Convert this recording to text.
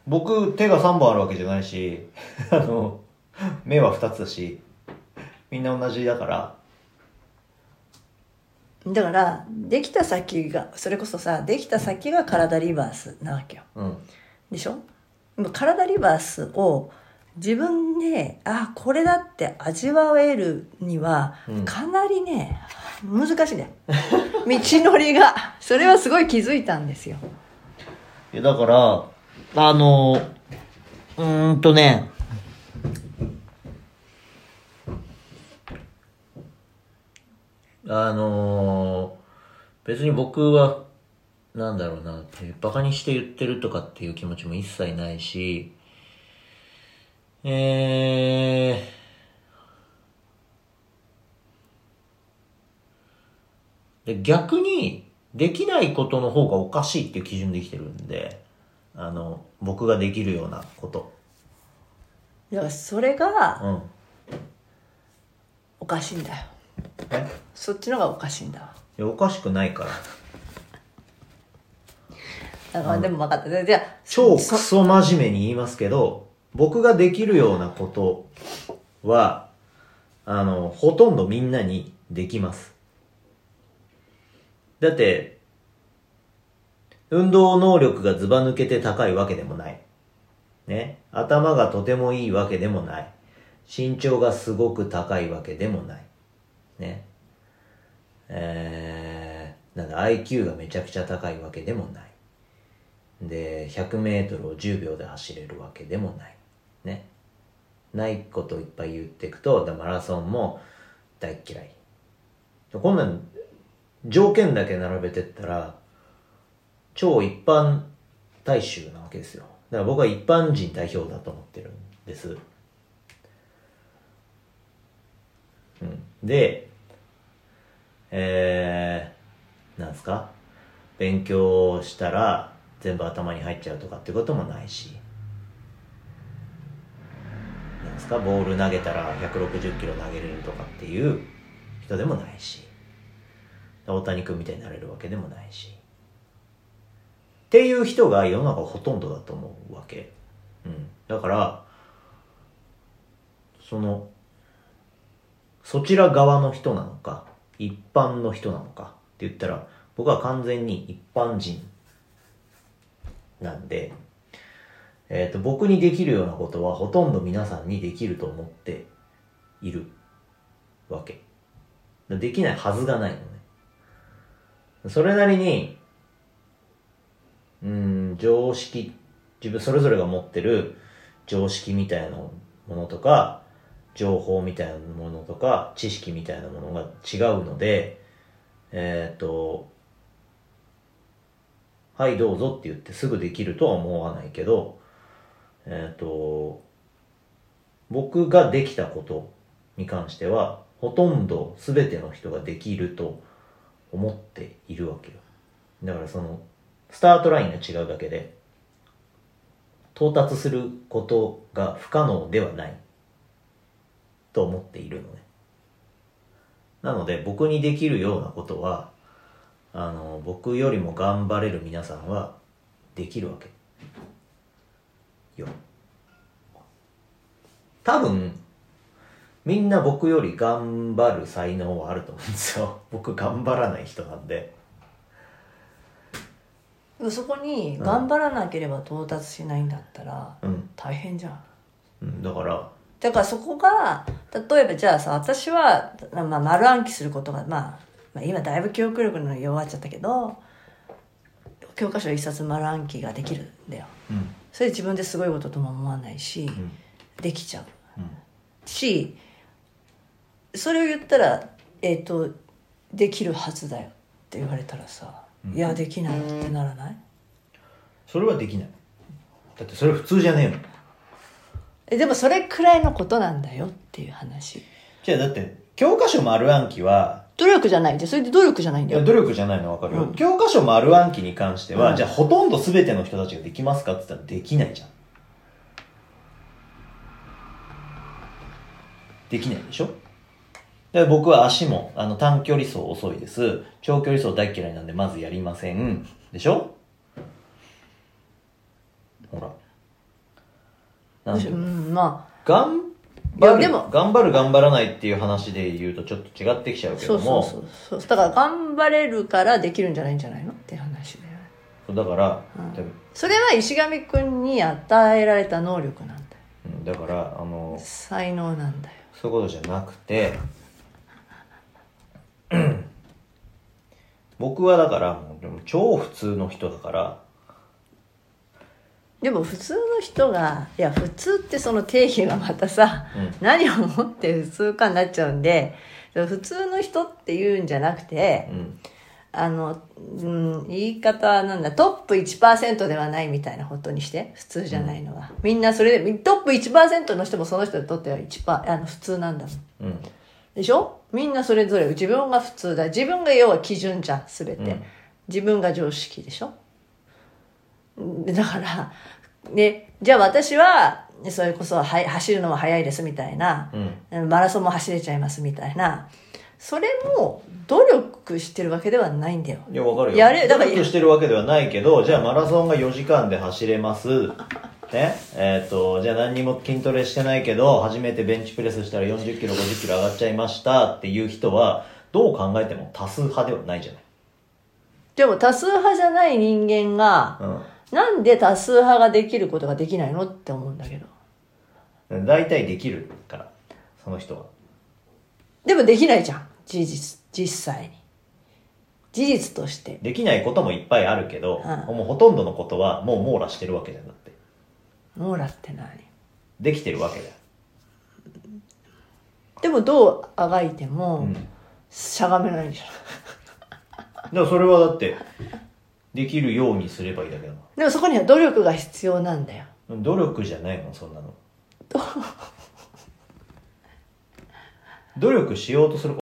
僕手が3本あるわけじゃないし目は2つだし、みんな同じだから。 だからできた先が、それこそさ、できた先が体リバースなわけよ、 うん、 でしょ。体リバースを自分でこれだって味わえるにはかなりね、難しいね道のりが。それはすごい気づいたんですよ。 いやだからね別に僕はなんだろうな、バカにして言ってるとかっていう気持ちも一切ないし、で逆にできないことの方がおかしいっていう基準で生きてるんで、僕ができるようなこと。 だからそれがおかしいんだよ。そっちのがおかしいんだわ。 いやおかしくないから。 だからでも分かった。じゃあ超クソ真面目に言いますけど、僕ができるようなことはほとんどみんなにできます。だって運動能力がずば抜けて高いわけでもないね、頭がとてもいいわけでもない、身長がすごく高いわけでもないね、なんだ IQ がめちゃくちゃ高いわけでもないで、100メートルを10秒で走れるわけでもないね。ないことをいっぱい言っていくと、マラソンも大嫌い。こんなん条件だけ並べてったら超一般大衆なわけですよ。だから僕は一般人代表だと思ってるんです。で、なんすか、勉強したら全部頭に入っちゃうとかってこともないし、なんすか、ボール投げたら160キロ投げれるとかっていう人でもないし、大谷君みたいになれるわけでもないしっていう人が世の中ほとんどだと思うわけ。だからそちら側の人なのか一般の人なのかって言ったら、僕は完全に一般人なんで、僕にできるようなことはほとんど皆さんにできると思っているわけ。できないはずがないのね。それなりに常識、自分それぞれが持ってる常識みたいなものとか情報みたいなものとか知識みたいなものが違うので、はいどうぞって言ってすぐできるとは思わないけど、僕ができたことに関してはほとんど全ての人ができると思っているわけよ。だからスタートラインが違うだけで到達することが不可能ではないと思っているのね。なので僕にできるようなことは僕よりも頑張れる皆さんはできるわけよ。多分みんな僕より頑張る才能はあると思うんですよ。僕頑張らない人なんで。 そこに頑張らなければ到達しないんだったら大変じゃん、 だからそこが、例えばじゃあさ、私は、丸暗記することが、今だいぶ記憶力の弱っちゃったけど、教科書一冊丸暗記ができるんだよ、それで自分ですごいこととも思わないし、できちゃう、し、それを言ったらできるはずだよって言われたらさ、いやできないってならない？ それはできない。だってそれ普通じゃねえもん。 でもそれくらいのことなんだよっていう話。 じゃあだって教科書丸暗記は努力じゃないで、それで努力じゃないんだよ。 いや努力じゃないの分かるよ、教科書丸暗記に関しては、じゃあほとんど全ての人たちができますかって言ったらできないじゃん。できないでしょ。で僕は足も短距離走遅いです、長距離走大嫌いなんでまずやりませんでしょ。ほらなんていうの、 まあ頑いや張るでも頑張る頑張らないっていう話で言うとちょっと違ってきちゃうけども、 そうだから頑張れるからできるんじゃないんじゃないのっていう話だよね。 だから、 それは石上くんに与えられた能力なんだよ。 だから才能なんだよ。 そういうことじゃなくて僕はだからもうでも超普通の人だから。 でも普通の人が、いや普通ってその定義がまたさ、何をもって普通かになっちゃうんで、普通の人っていうんじゃなくて、言い方はなんだ、トップ 1% ではないみたいなことにして、普通じゃないのは。みんなそれで、トップ 1% の人もその人にとっては普通なんだもん。でしょ？みんなそれぞれ自分が普通だ。自分が要は基準じゃん、すべて。自分が常識でしょ？だから、ね、じゃあ私は、それこそ走るのも早いですみたいな、マラソンも走れちゃいますみたいな、それも努力してるわけではないんだよ。 いや、わかるよ。努力してるわけではないけど、じゃあマラソンが4時間で走れます。ね。じゃあ何にも筋トレしてないけど、初めてベンチプレスしたら40キロ、50キロ上がっちゃいましたっていう人は、どう考えても多数派ではないじゃない。 でも多数派じゃない人間が、なんで多数派ができることができないのって思うんだけど。 大体できるから、その人は。 でもできないじゃん。実際に。事実として。 できないこともいっぱいあるけど、もうほとんどのことはもう網羅してるわけじゃなくて。 網羅って何？ できてるわけだよ。 でもどうあがいても、しゃがめないんじゃない？ でもそれはだって、できるようにすればいいだけだもん。 でもそこには努力が必要なんだよ。 努力じゃないもん、そんなの。努力しようとする